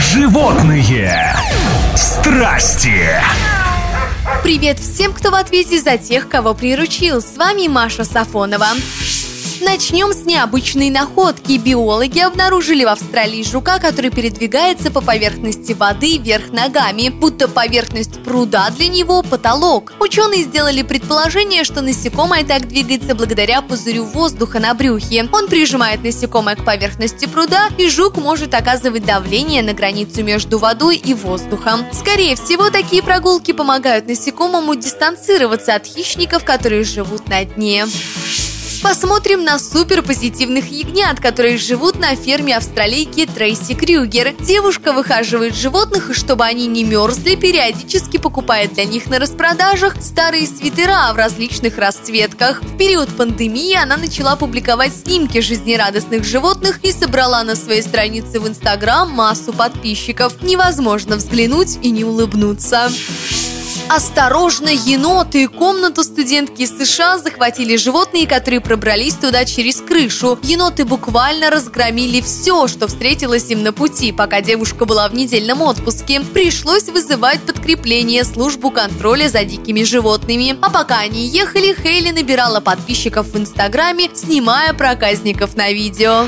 Животные страсти. Привет всем, кто в ответе за тех, кого приручил. С вами Маша Сафонова. Начнем с необычной находки. Биологи обнаружили в Австралии жука, который передвигается по поверхности воды вверх ногами, будто поверхность пруда для него – потолок. Ученые сделали предположение, что насекомое так двигается благодаря пузырю воздуха на брюхе. Он прижимает насекомое к поверхности пруда, и жук может оказывать давление на границу между водой и воздухом. Скорее всего, такие прогулки помогают насекомому дистанцироваться от хищников, которые живут на дне. Посмотрим на суперпозитивных ягнят, которые живут на ферме австралийки Трейси Крюгер. Девушка выхаживает животных, и чтобы они не мерзли, периодически покупает для них на распродажах старые свитера в различных расцветках. В период пандемии она начала публиковать снимки жизнерадостных животных и собрала на своей странице в Инстаграм массу подписчиков. Невозможно взглянуть и не улыбнуться. Осторожно, еноты! Комнату студентки из США захватили животные, которые пробрались туда через крышу. Еноты буквально разгромили все, что встретилось им на пути, пока девушка была в недельном отпуске. Пришлось вызывать подкрепление, службу контроля за дикими животными. А пока они ехали, Хейли набирала подписчиков в Инстаграме, снимая проказников на видео.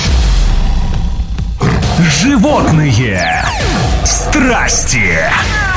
Животные страсти.